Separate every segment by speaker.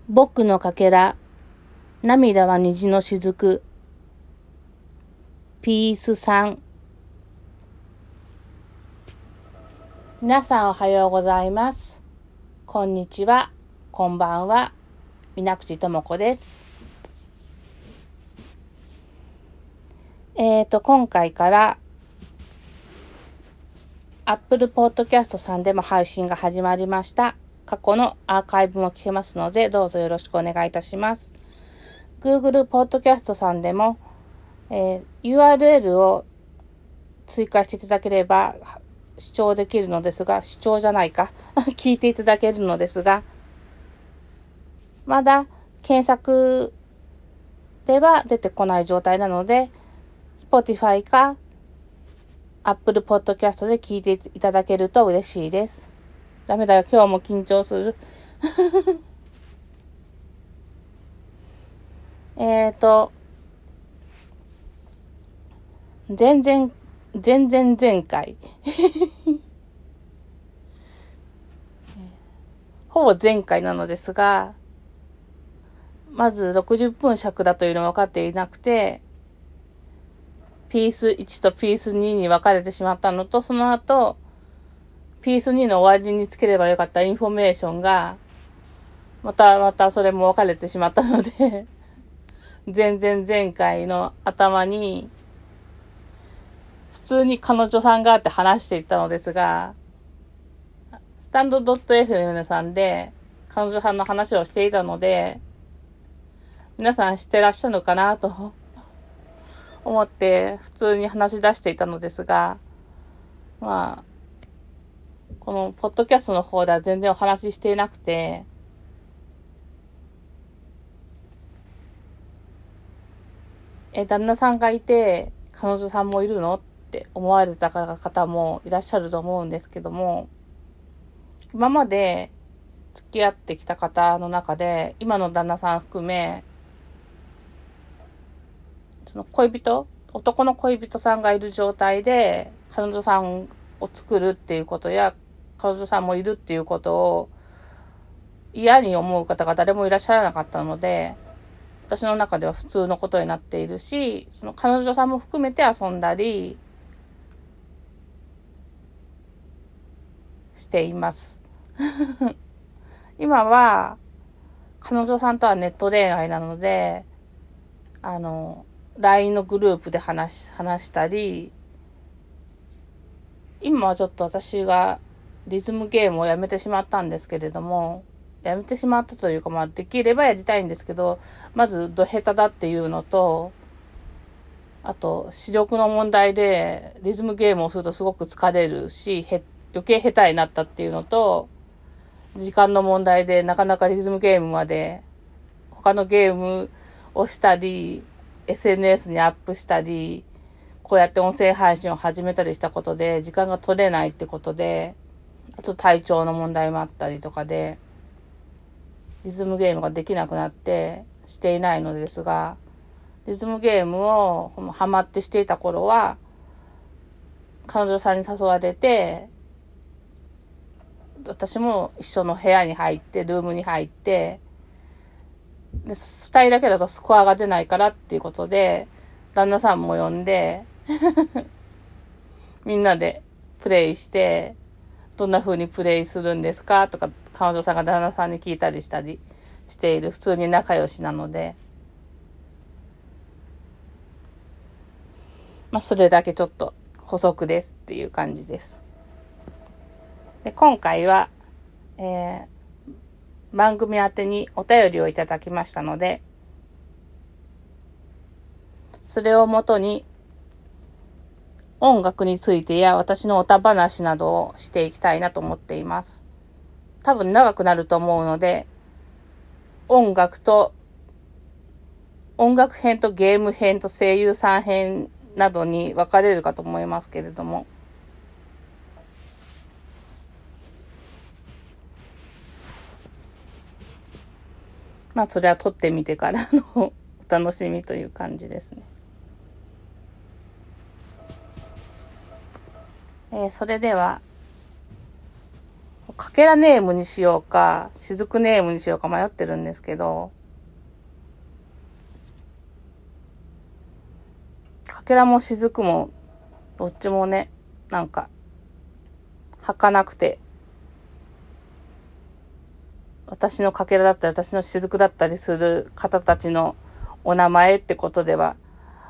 Speaker 1: 僕のかけら、涙は虹の雫、ピース3。皆さんおはようございます。こんにちは、こんばんは、水口智子です。今回からApple Podcast さんでも配信が始まりました。過去のアーカイブも聞けますので、どうぞよろしくお願いいたします。Google Podcast さんでも、URL を追加していただければ視聴できるのですが、視聴じゃないか聞いていただけるのですが、まだ検索では出てこない状態なので、Spotify か Apple Podcast で聞いていただけると嬉しいです。ダメだよ、今日も緊張する。前回ほぼ前回なのですが、まず60分尺だというのが分かっていなくて、ピース1とピース2に分かれてしまったのと、その後、ピース2の終わりにつければよかったインフォメーションが、またそれも分かれてしまったので、前回の頭に、普通に彼女さんがあって話していたのですが、スタンド .fm さんで彼女さんの話をしていたので、皆さん知ってらっしゃるのかなと思って普通に話し出していたのですが、このポッドキャストの方では全然お話ししていなくて、旦那さんがいて彼女さんもいるのって思われた方もいらっしゃると思うんですけども、今まで付き合ってきた方の中で、今の旦那さん含め、その男の恋人さんがいる状態で彼女さんを作るっていうことや、彼女さんもいるっていうことを嫌に思う方が誰もいらっしゃらなかったので、私の中では普通のことになっているし、その彼女さんも含めて遊んだりしています。今は彼女さんとはネット恋愛なので、LINE のグループで話したり、今はちょっと私がリズムゲームをやめてしまったんですけれども、やめてしまったというか、できればやりたいんですけど、まず下手だっていうのと、あと視力の問題でリズムゲームをするとすごく疲れるし、余計下手になったっていうのと、時間の問題でなかなかリズムゲームまで他のゲームをしたり、SNS にアップしたり、こうやって音声配信を始めたりしたことで時間が取れないってことで、あと体調の問題もあったりとかで、リズムゲームができなくなってしていないのですが、リズムゲームをハマってしていた頃は、彼女さんに誘われて、私も一緒の部屋に入って、ルームに入って、で、二人だけだとスコアが出ないからっていうことで、旦那さんも呼んで、みんなでプレイして、どんな風にプレイするんですかとか、彼女さんが旦那さんに聞いたりしたりしている、普通に仲良しなので、それだけちょっと補足ですっていう感じです。で、今回は、番組宛てにお便りをいただきましたので、それをもとに音楽についてや私のおた話などをしていきたいなと思っています。多分長くなると思うので、音楽編とゲーム編と声優さん編などに分かれるかと思いますけれども、それは撮ってみてからのお楽しみという感じですね。それではかけらネームにしようか、しずくネームにしようか迷ってるんですけど、かけらもしずくも、どっちもね、なんか、儚くて、私のかけらだったり、私のしずくだったりする方たちのお名前ってことでは、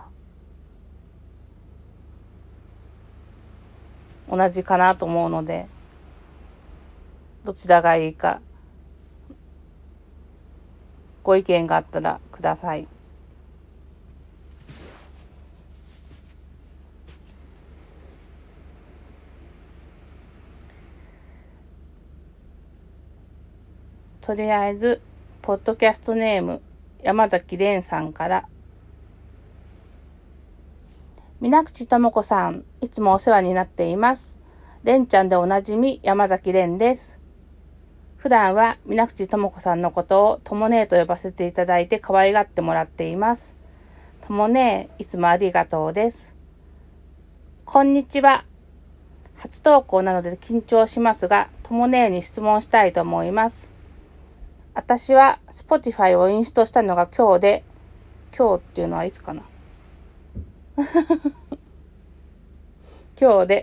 Speaker 1: 同じかなと思うので、どちらがいいか、ご意見があったらください。とりあえず、ポッドキャストネーム、山崎蓮さんから、水口智子さん、いつもお世話になっています。蓮ちゃんでおなじみ、山崎蓮です。普段は水口智子さんのことをともねえと呼ばせていただいて可愛がってもらっています。ともねえ、いつもありがとうです。こんにちは。初投稿なので緊張しますが、ともねえに質問したいと思います。私は Spotify をインストしたのが今日で、今日っていうのはいつかな今日で、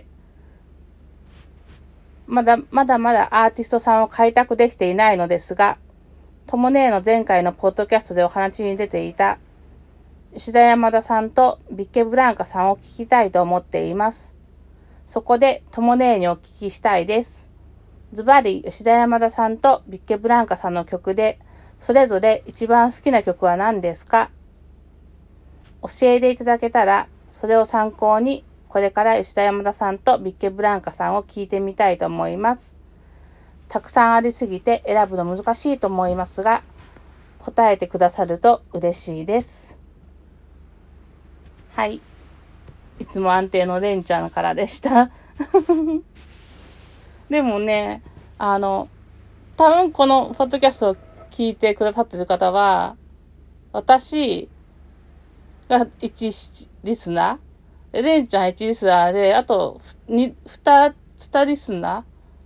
Speaker 1: まだまだアーティストさんを開拓できていないのですが、ともねえの前回のポッドキャストでお話に出ていた、吉田山田さんとビッケブランカさんを聞きたいと思っています。そこで、ともねえにお聞きしたいです。ズバリ、吉田山田さんとビッケブランカさんの曲で、それぞれ一番好きな曲は何ですか？教えていただけたら、それを参考に、これから吉田山田さんとビッケブランカさんを聞いてみたいと思います。たくさんありすぎて選ぶの難しいと思いますが、答えてくださると嬉しいです。はい。いつも安定のレンちゃんからでした。でもね、多分このポッドキャストを聞いてくださってる方は、私が1リスナーで、レンちゃん1リスナーで、あと2リスナ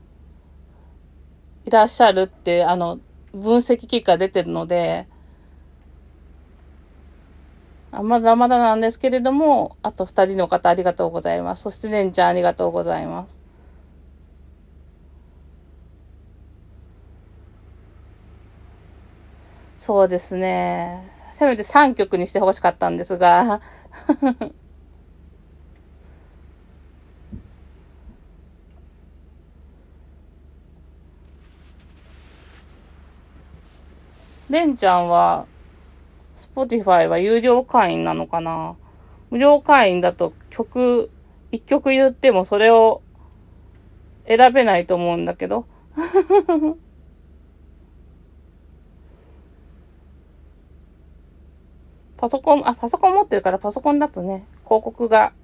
Speaker 1: ーいらっしゃるって、分析結果出てるので、まだまだなんですけれども、あと2人の方ありがとうございます。そしてレンちゃんありがとうございます。そうですね。せめて3曲にしてほしかったんですが、レンちゃんは、Spotify は有料会員なのかな？無料会員だと1曲言ってもそれを選べないと思うんだけど。パソコン持ってるからパソコンだとね、広告が。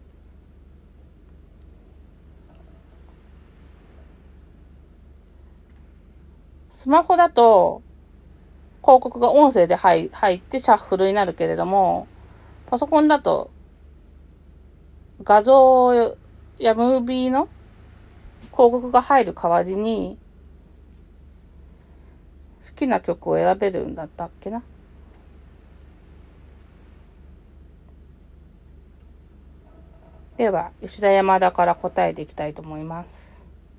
Speaker 1: スマホだと、広告が音声で入ってシャッフルになるけれども、パソコンだと、画像やムービーの広告が入る代わりに、好きな曲を選べるんだったっけな。では、吉田山田から答えていきたいと思います。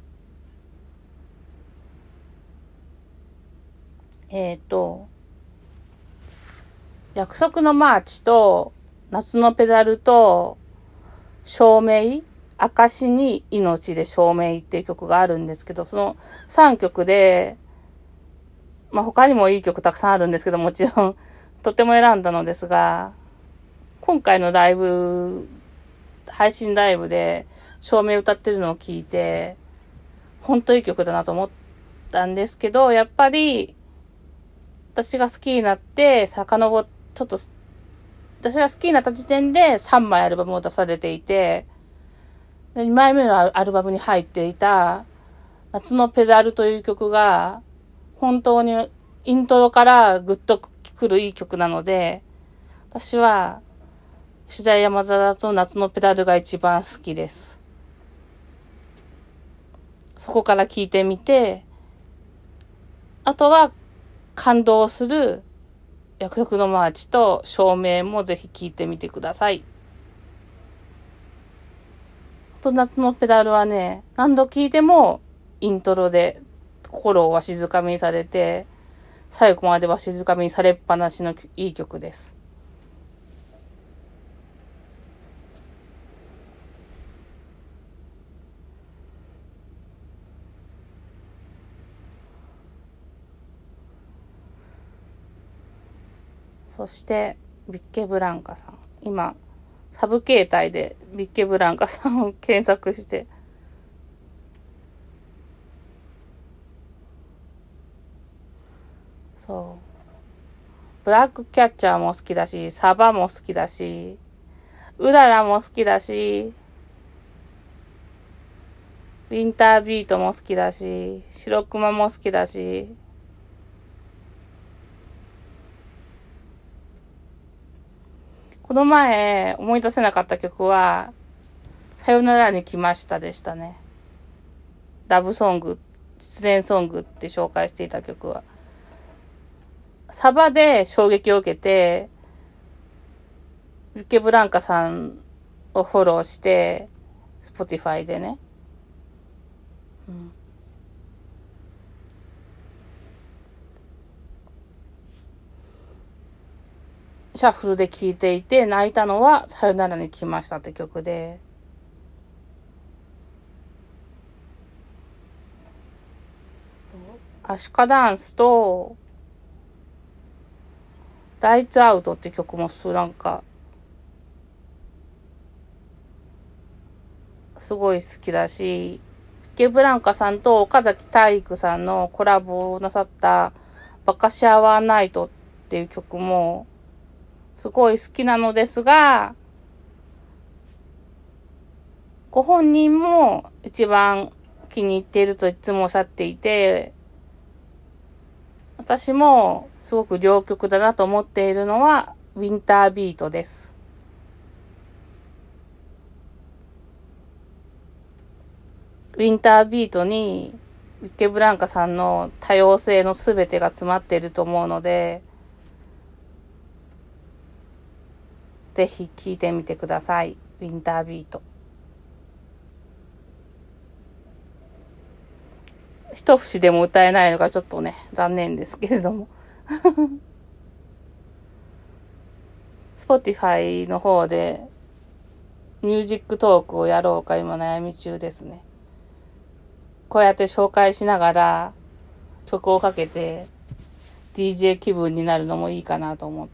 Speaker 1: 約束のマーチと、夏のペダルと、証明、証に命で証明っていう曲があるんですけど、その3曲で、他にもいい曲たくさんあるんですけど、もちろん、とても選んだのですが、今回の配信ライブで、証明歌ってるのを聞いて、本当いい曲だなと思ったんですけど、やっぱり、私が好きになって、私が好きになった時点で3枚アルバムを出されていて、2枚目のアルバムに入っていた、夏のペダルという曲が、本当にイントロからグッとくるいい曲なので、私は、吉田山田と夏のペダルが一番好きです。 そこから聞いてみて、あとは感動する約束のマーチと照明もぜひ聞いてみてください。夏のペダルはね、何度聞いてもイントロで心をわしづかみにされて、最後までわしづかみにされっぱなしのいい曲です。そして、ビッケブランカさん。今、サブ携帯でビッケブランカさんを検索して、そう。ブラックキャッチャーも好きだし、サバも好きだし、うららも好きだし、ウィンタービートも好きだし、白熊も好きだし、この前思い出せなかった曲は、さよならに来ましたでしたね。ラブソング、失恋ソングって紹介していた曲は。サバで衝撃を受けて、ビッケブランカさんをフォローして、Spotify でね。シャッフルで聴いていて泣いたのはさよならに来ましたって曲で、アシカダンスとライツアウトって曲もなんかすごい好きだし、ケブランカさんと岡崎体育さんのコラボをなさったバカシャワーナイトっていう曲もすごい好きなのですが、ご本人も一番気に入っているといつもおっしゃっていて、私もすごく両曲だなと思っているのはウィンタービートです。ウィンタービートにビッケブランカさんの多様性のすべてが詰まっていると思うので、ぜひ聴いてみてください。ウィンタービート。一節でも歌えないのがちょっとね、残念ですけれども。Spotify の方でミュージックトークをやろうか今悩み中ですね。こうやって紹介しながら曲をかけて DJ 気分になるのもいいかなと思って。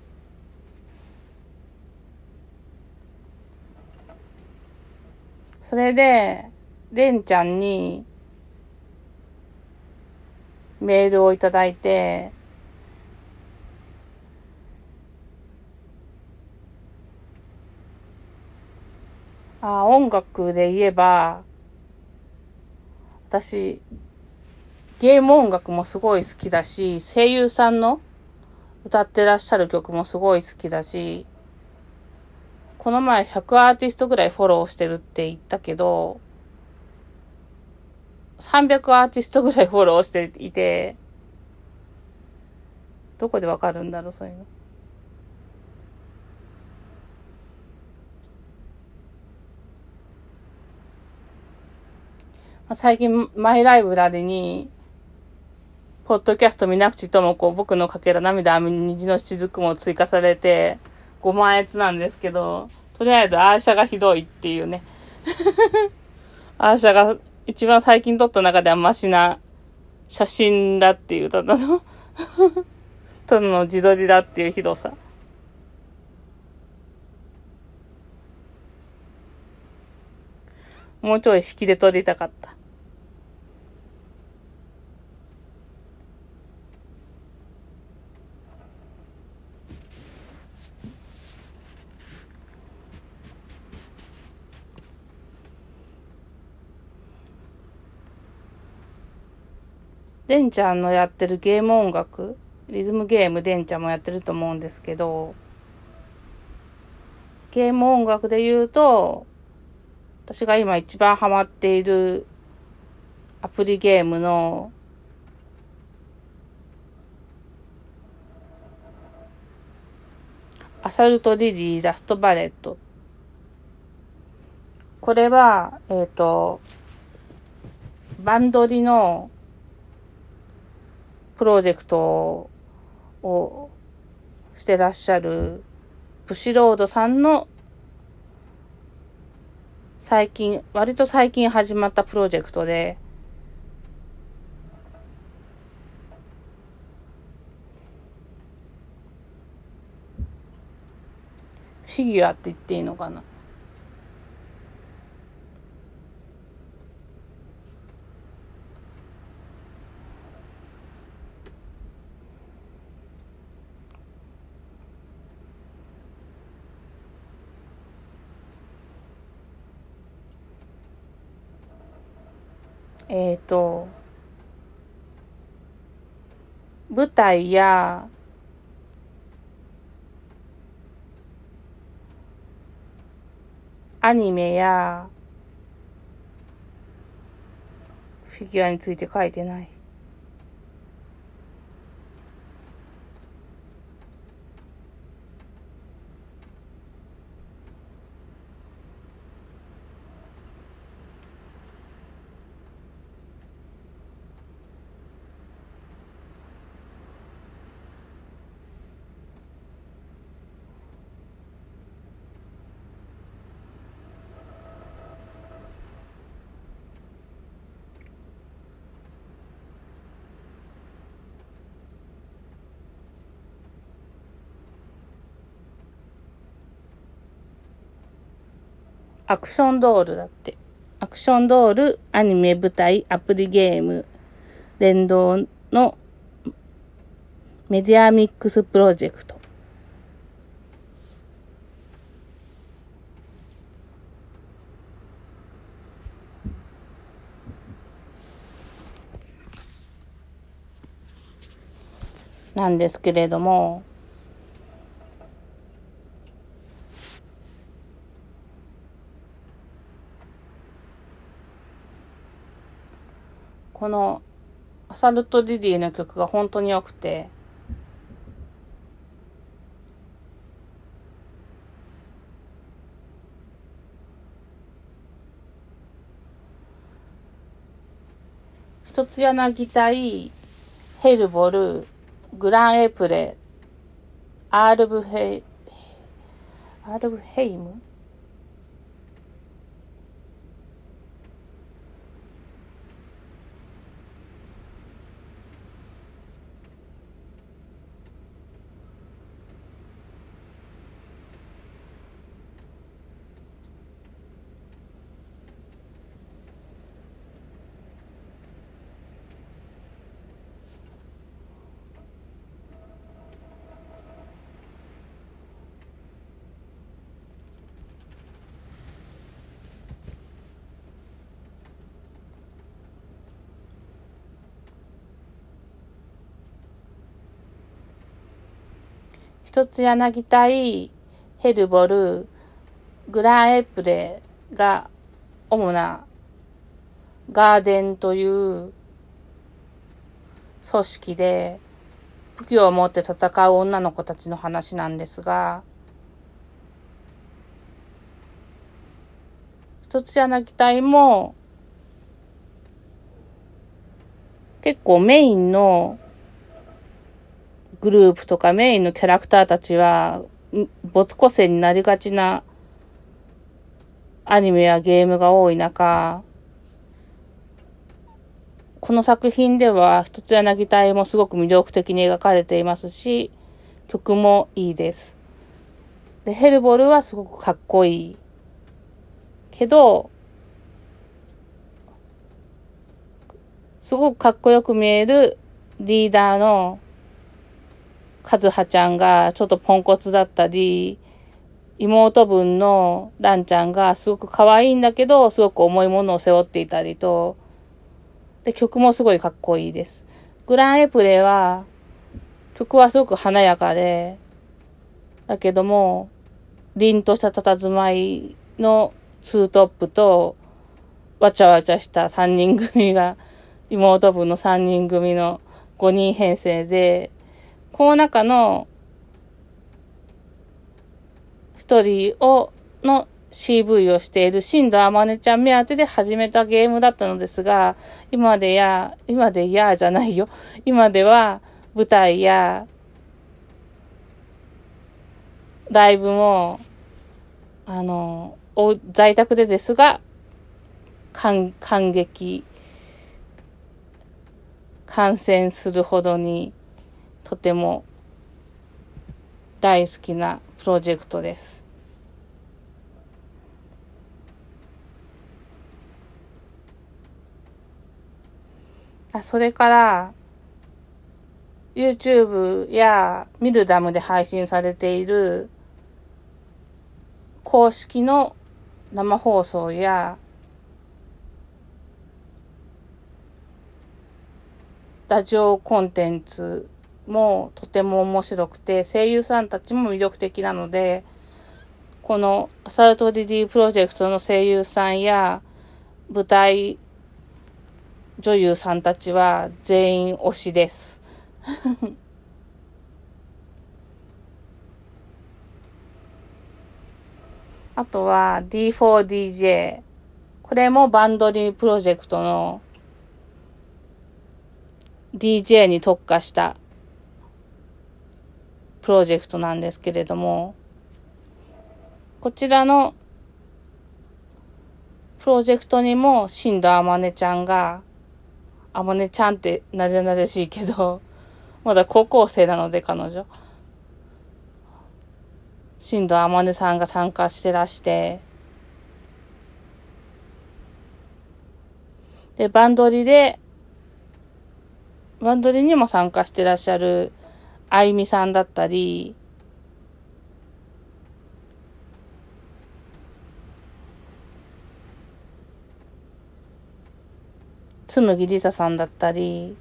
Speaker 1: それで、レンちゃんにメールをいただいて、音楽で言えば、私、ゲーム音楽もすごい好きだし、声優さんの歌ってらっしゃる曲もすごい好きだし、この前100アーティストぐらいフォローしてるって言ったけど、300アーティストぐらいフォローしていて、どこでわかるんだろう、そういうの。最近、マイライブラリに、ポッドキャスト水口智子、僕のかけら涙網に虹の雫も追加されて、5万円なんですけど、とりあえずアーシャがひどいっていうね。アーシャが一番最近撮った中ではマシな写真だっていう、ただの自撮りだっていうひどさ。もうちょい引きで撮りたかった。デンちゃんのやってるゲーム音楽、リズムゲームデンちゃんもやってると思うんですけど、ゲーム音楽で言うと、私が今一番ハマっているアプリゲームのアサルトリリーラストバレット。これは、バンドリのプロジェクトをしてらっしゃるブシロードさんの割と最近始まったプロジェクトで、フィギュアって言っていいのかな。舞台やアニメやフィギュアについて書いてない。アクションドールだって。アクションドール、アニメ、舞台、アプリゲーム、連動のメディアミックスプロジェクト。なんですけれども、このアサルト・ディディの曲が本当に良くて、一つ柳隊、ヘルボル、グランエプレ、アールブヘイム一つ柳隊、ヘルボル、グランエプレが主なガーデンという組織で武器を持って戦う女の子たちの話なんですが、一つ柳隊も結構メインのグループとかメインのキャラクターたちは没個性になりがちなアニメやゲームが多い中、この作品では一つ柳隊もすごく魅力的に描かれていますし、曲もいいです。で、ヘルボルはすごくかっこいいけど、すごくかっこよく見えるリーダーのカズハちゃんがちょっとポンコツだったり、妹分のランちゃんがすごく可愛いんだけど、すごく重いものを背負っていたりと、で、曲もすごいかっこいいです。グランエプレは、曲はすごく華やかで、だけども、凛とした佇まいのツートップと、わちゃわちゃした三人組が妹分の3人組の5人編成で、この中の1人の CV をしている新藤あまねちゃん目当てで始めたゲームだったのですが、今でじゃないよ。今では舞台やライブも、在宅でですが、感染するほどにとても大好きなプロジェクトです。それから、YouTube やミルダムで配信されている公式の生放送やラジオコンテンツもとても面白くて、声優さんたちも魅力的なので、このアサルト DD プロジェクトの声優さんや舞台女優さんたちは全員推しです。あとは D4DJ。これもバンドリープロジェクトの DJ に特化したプロジェクトなんですけれども、こちらのプロジェクトにも新藤あまねちゃんが、あまねちゃんってなでなでしいけど、まだ高校生なので彼女。新藤あまねさんが参加してらして、で、バンドリにも参加してらっしゃるあいみさんだったり、つむぎりささんだったり、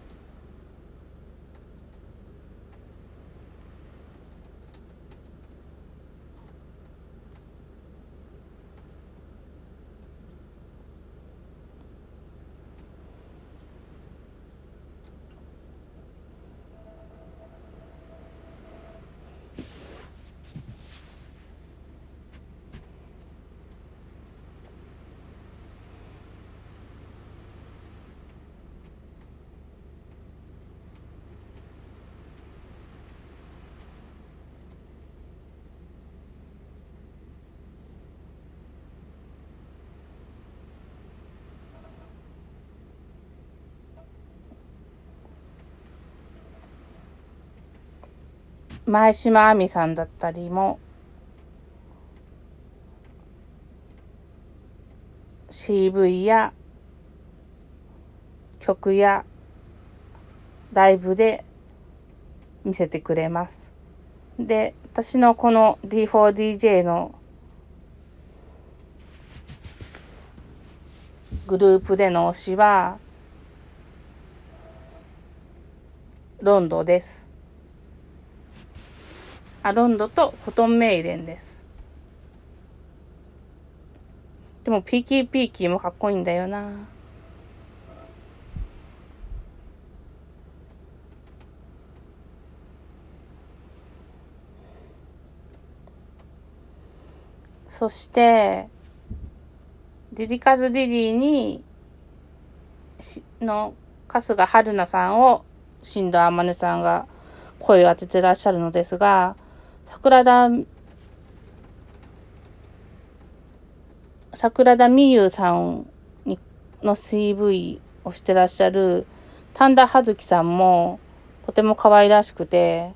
Speaker 1: 前島亜美さんだったりも、CV や曲やライブで見せてくれます。で、私のこの D4DJ のグループでの推しは、ロンドです。ロンドとフォトンメイデンです。でもピーキーピーキーもかっこいいんだよな。そして、ディディカズディディに、春日春菜さんを、新藤あまねさんが声を当ててらっしゃるのですが、桜田美優さんの CV をしてらっしゃる神田葉月さんもとても可愛らしくて、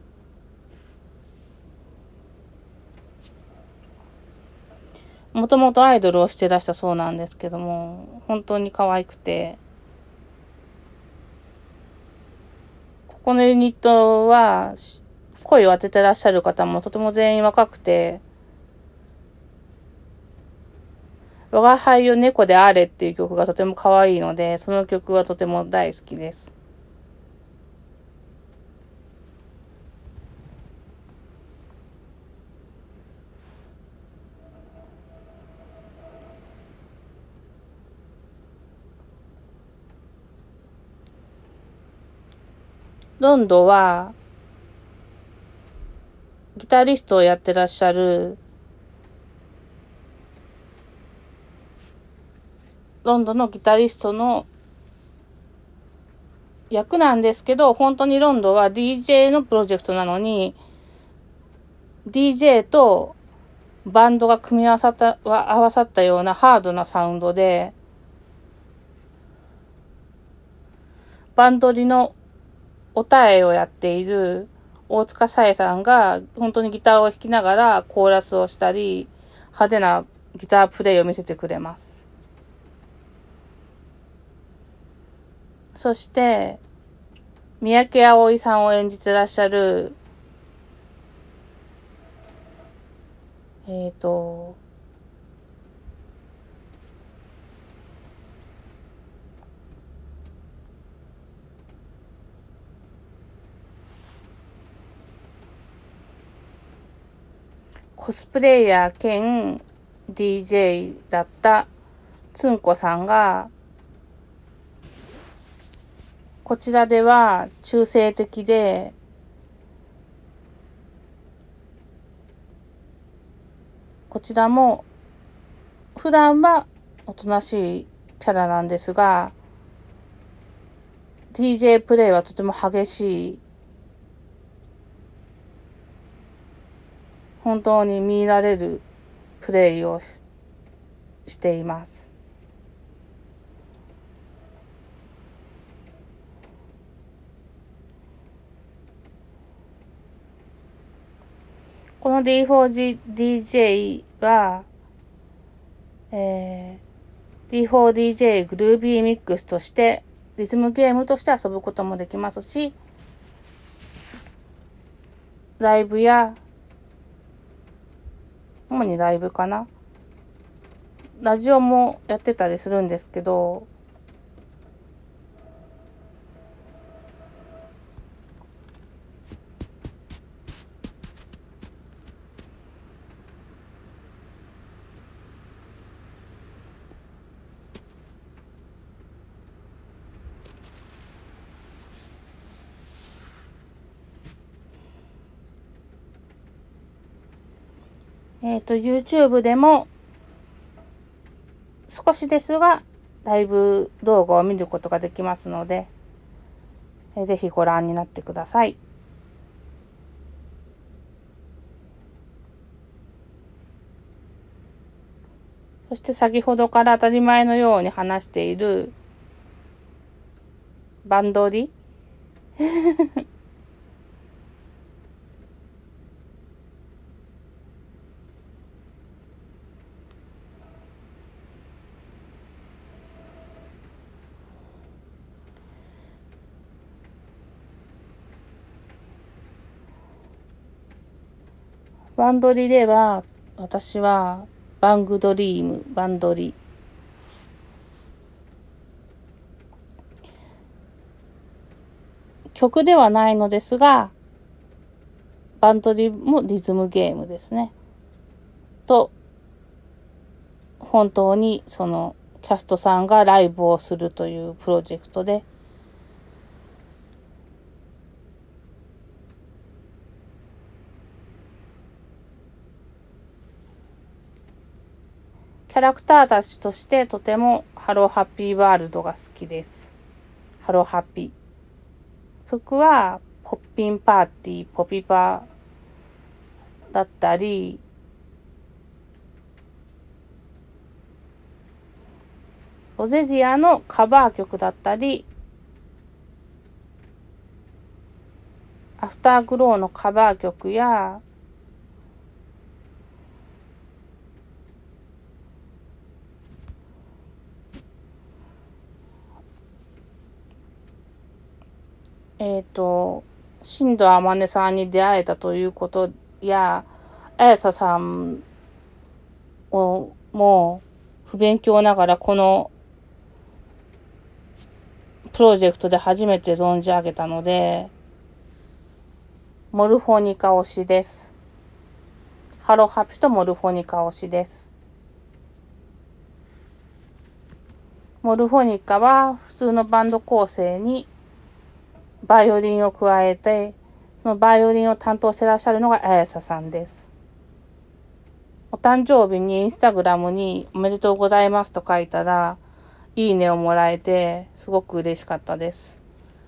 Speaker 1: もともとアイドルをしてらしたそうなんですけども、本当に可愛くて、ここのユニットは声を当ててらっしゃる方もとても全員若くて、我が輩よ猫であれっていう曲がとても可愛いので、その曲はとても大好きです。 ロンドは、ギタリストをやってらっしゃる、ロンドのギタリストの役なんですけど、本当にロンドは DJ のプロジェクトなのに、DJ とバンドが組み合わさったようなハードなサウンドで、バンドリのおたえをやっている大塚さえさんが本当にギターを弾きながらコーラスをしたり、派手なギタープレイを見せてくれます。そして、三宅葵さんを演じてらっしゃる、コスプレイヤー兼 DJ だったつんこさんが、こちらでは中性的で、こちらも普段はおとなしいキャラなんですが、DJ プレイはとても激しい、本当に見られるプレイをしています。この D4DJ は、D4DJ グルービーミックスとしてリズムゲームとして遊ぶこともできますし、ライブや、主にライブかな。ラジオもやってたりするんですけど、YouTube でも少しですがライブ動画を見ることができますので、ぜひご覧になってください。そして先ほどから当たり前のように話しているバンドリバンドリでは、私はバングドリーム、バンドリ。曲ではないのですが、バンドリもリズムゲームですね。と、本当にそのキャストさんがライブをするというプロジェクトで、キャラクターたちとしてとてもハローハッピーワールドが好きです。ハローハッピー。曲はポッピンパーティー、ポピパだったり、ロゼジアのカバー曲だったり、アフターグローのカバー曲や、新藤あまねさんに出会えたということや、あやささんをも不勉強ながらこのプロジェクトで初めて存じ上げたので、モルフォニカ推しです。ハロハピとモルフォニカ推しです。モルフォニカは普通のバンド構成にバイオリンを加えて、そのバイオリンを担当してらっしゃるのが綾瀬さんです。お誕生日にインスタグラムにおめでとうございますと書いたら、いいねをもらえて、すごく嬉しかったです。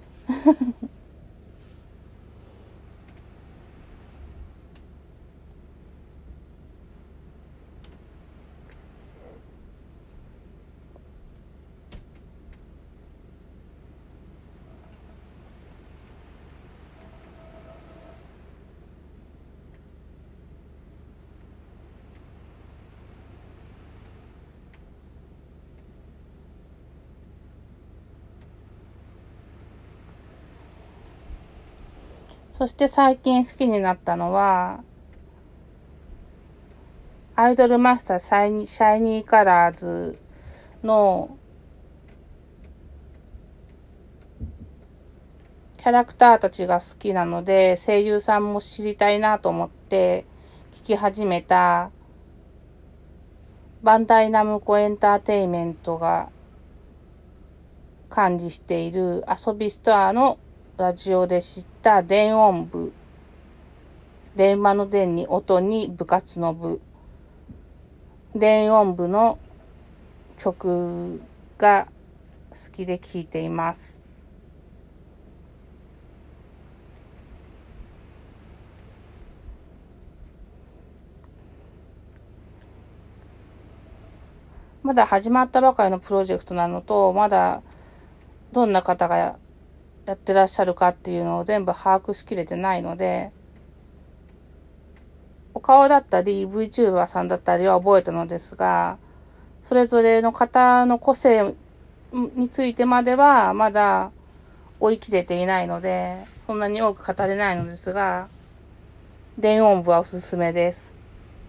Speaker 1: そして最近好きになったのは、アイドルマスターシャイニーカラーズのキャラクターたちが好きなので、声優さんも知りたいなと思って聞き始めた、バンダイナムコエンターテイメントが管理している遊びストアのラジオで知った電音部。電話の電に音に部活の部。電音部の曲が好きで聴いています。まだ始まったばかりのプロジェクトなのと、まだどんな方がやってらっしゃるかっていうのを全部把握しきれてないので、お顔だったり VTuber さんだったりは覚えたのですが、それぞれの方の個性についてまではまだ追い切れていないので、そんなに多く語れないのですが、電音部はおすすめです。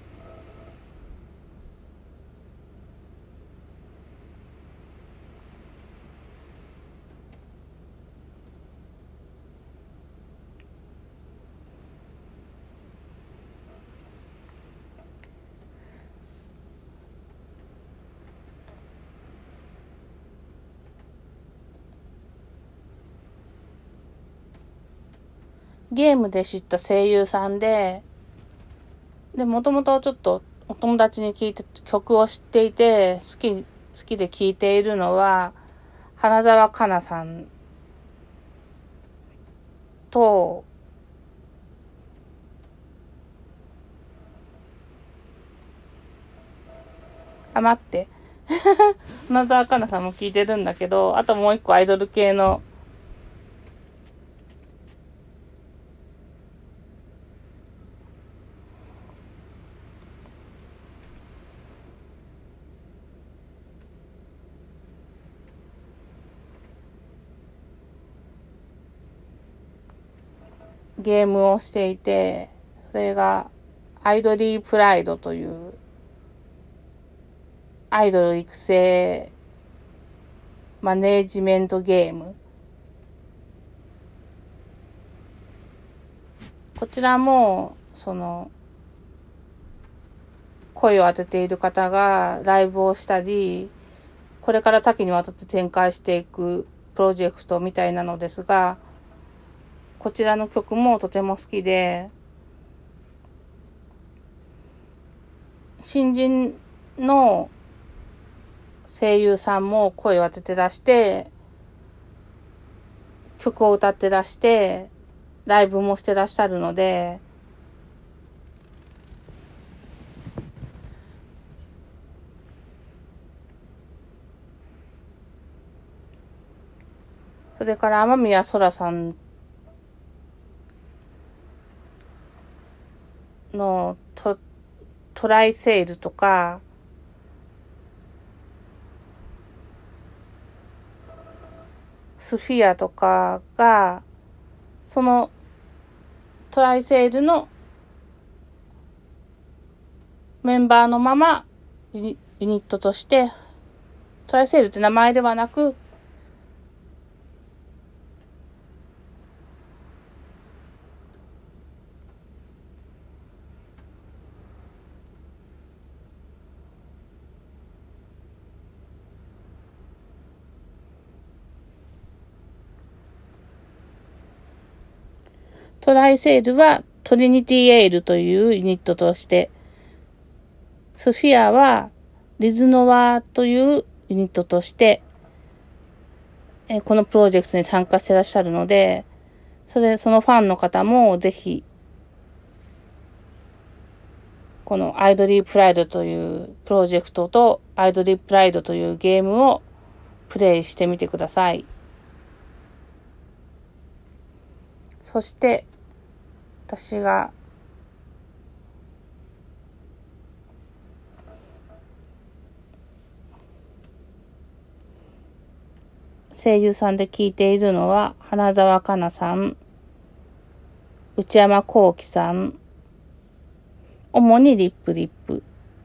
Speaker 1: ゲームで知った声優さんで、もともとちょっとお友達に聞いて、曲を知っていて、好きで聴いているのは、花澤香菜さんと、待って。花澤香菜さんも聴いてるんだけど、あともう一個アイドル系のゲームをしていて、それがアイドリープライドというアイドル育成マネージメントゲーム。こちらも、声を当てている方がライブをしたり、これから多岐にわたって展開していくプロジェクトみたいなのですが、こちらの曲もとても好きで、新人の声優さんも声を当てて出して、曲を歌って出して、ライブもしてらっしゃるので、それから天宮そらさんのトライセールとか、スフィアとかが、そのトライセールのメンバーのままユニットとして、トライセールって名前ではなく、 トライセールはトリニティエールというユニットとして、スフィアはリズノワというユニットとして、このプロジェクトに参加していらっしゃるので、そのファンの方もぜひ、このアイドリープライドというプロジェクトとアイドリープライドというゲームをプレイしてみてください。そして、私が声優さんで聞いているのは、花澤香菜さん、内山聖輝さん、主にリップリップ。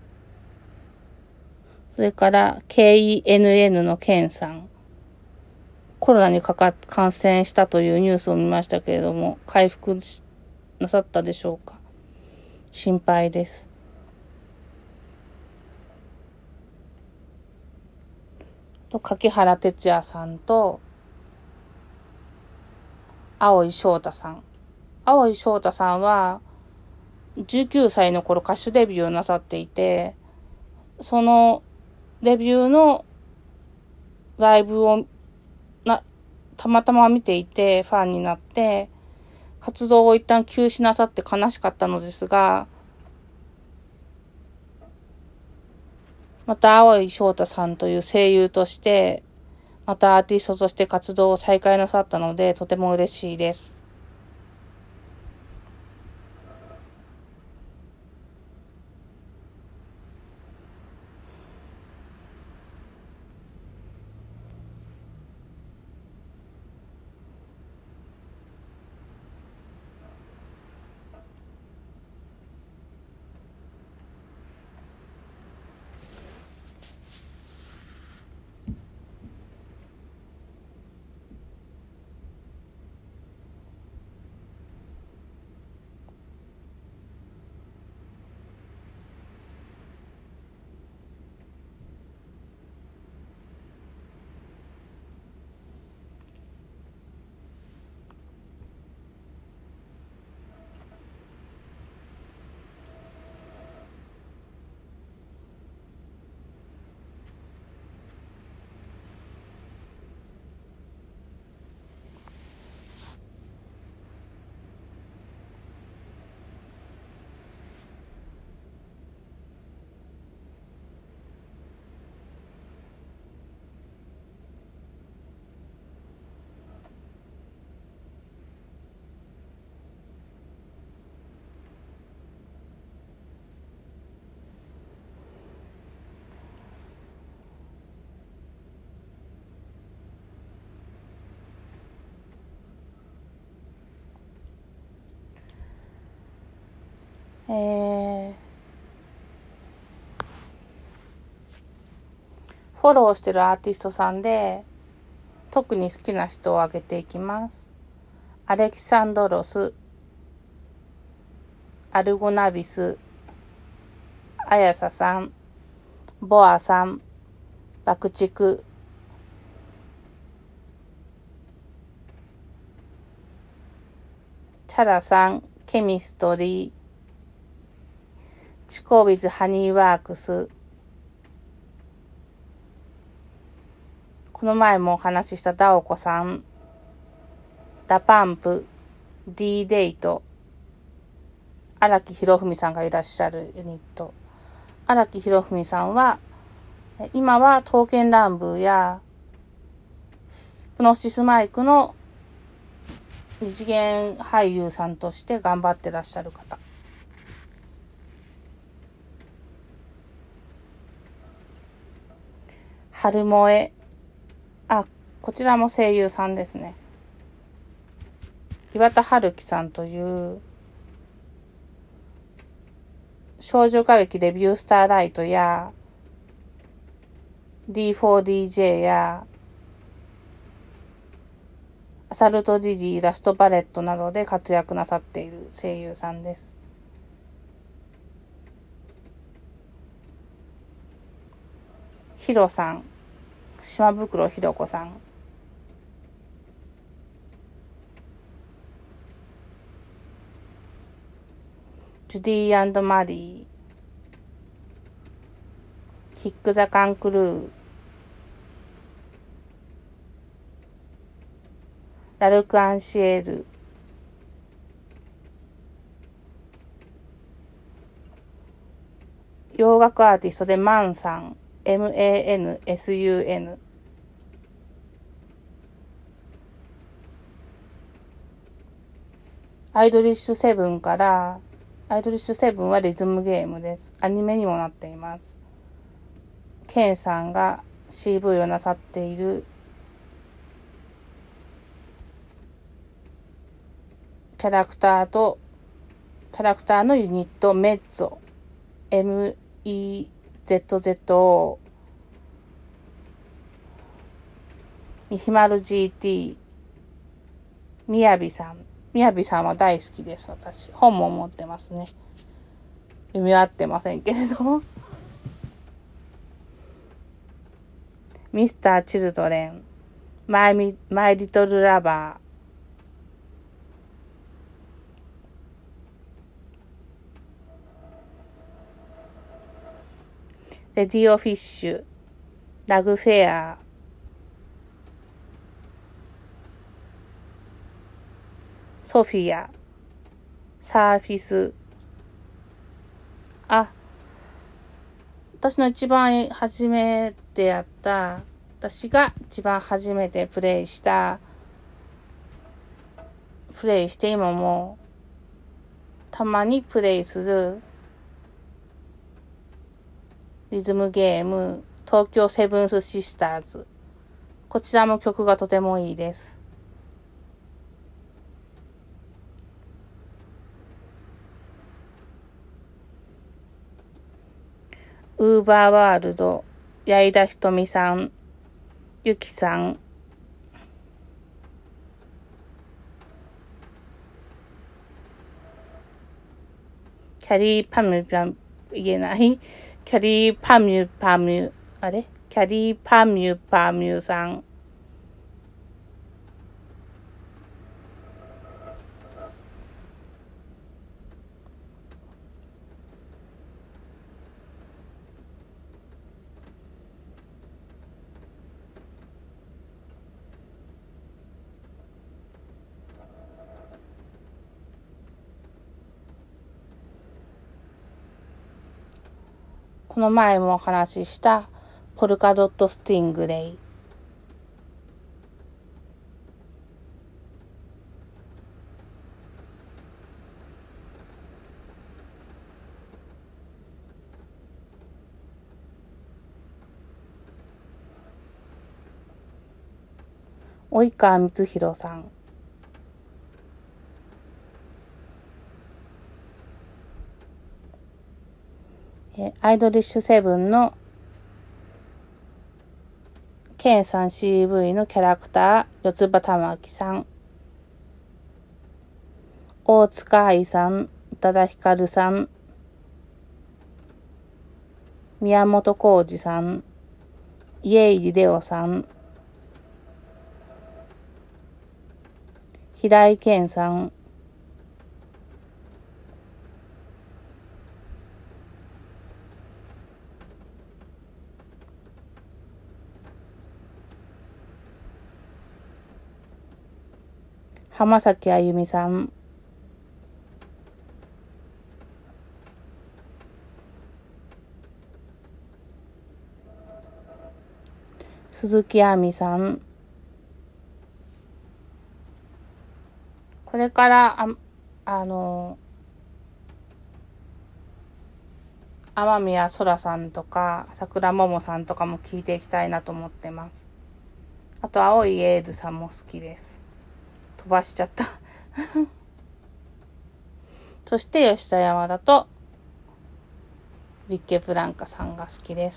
Speaker 1: それから KENN のケンさん。コロナに感染したというニュースを見ましたけれども、回復なさったでしょうか。心配です。柿原哲也さんと、蒼井翔太さん。蒼井翔太さんは、19歳の頃歌手デビューをなさっていて、そのデビューのライブをたまたま見ていてファンになって活動を一旦休止なさって悲しかったのですが、また蒼井翔太さんという声優としてまたアーティストとして活動を再開なさったのでとても嬉しいです。フォローしてるアーティストさんで特に好きな人を挙げていきます。アレキサンドロス、アルゴナビス、アヤサさん、ボアさん、爆竹、チャラさん、ケミストリー、チコビズハニーワークス、この前もお話ししたダオコさん、ダパンプ、D デイト、荒木博文さんがいらっしゃるユニット。荒木博文さんは、今は刀剣乱舞やプノシスマイクの二次元俳優さんとして頑張ってらっしゃる方。春萌え。こちらも声優さんですね。岩田春樹さんという少女歌劇デビュースターライトや D4DJ やアサルトディディ、ラストバレットなどで活躍なさっている声優さんです。ヒロさん、島袋ひろ子さん、 ジュディー&マリー、キック・ザ・カン・クルー、ラルク・アンシエル、洋楽アーティストでマンさん、MANSUN、アイドリッシュセブンから、アイドリッシュセブンはリズムゲームです。アニメにもなっています。ケンさんが CV をなさっているキャラクターのユニットメッゾ、MEZZO、ミヒマル GT、みやびさん。みやびさんは大好きです、私。本も持ってますね。読み合ってませんけれど。ミスター・チルドレン、マイ・リトル・ラバー、レディオ・フィッシュ、ラグフェア、ソフィア、サーフィス。私が一番初めてプレイして今もたまにプレイするリズムゲーム、東京セブンスシスターズ。こちらも曲がとてもいいです。ウーバーワールド、矢井田ひとみさん、ゆきさん、キャリーパミュパミュさん、この前もお話ししたポルカドットスティングレイ、及川光弘さん、アイドリッシュセブンのケンさん CV のキャラクター、四つ葉玉木さん、大塚愛さん、宇多田ヒカルさん、宮本浩二さん、家入レオさん、平井堅さん、浜崎あゆみさん、鈴木亜美さん、これから天宮そらさんとか桜桃さんとかも聞いていきたいなと思ってます。あと青いエールさんも好きです。飛ばしちゃったそして吉田山だとビッケブランカさんが好きです。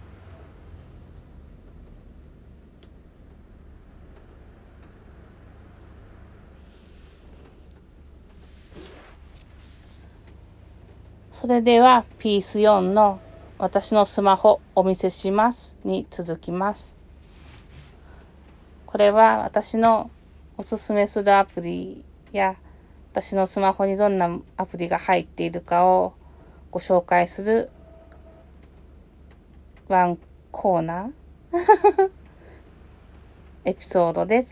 Speaker 1: それではピース4の私のスマホお見せしますに続きます。これは私のおすすめするアプリや私のスマホにどんなアプリが入っているかをご紹介するワンコーナーエピソードです。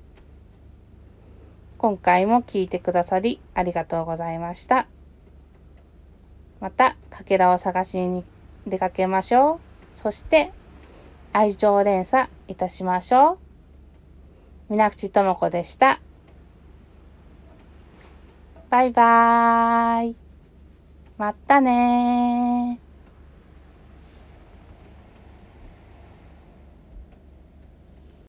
Speaker 1: 今回も聞いてくださりありがとうございました。またかけらを探しに出かけましょう。そして愛情連鎖いたしましょう。水口智子でした。バイバーイ。またねー。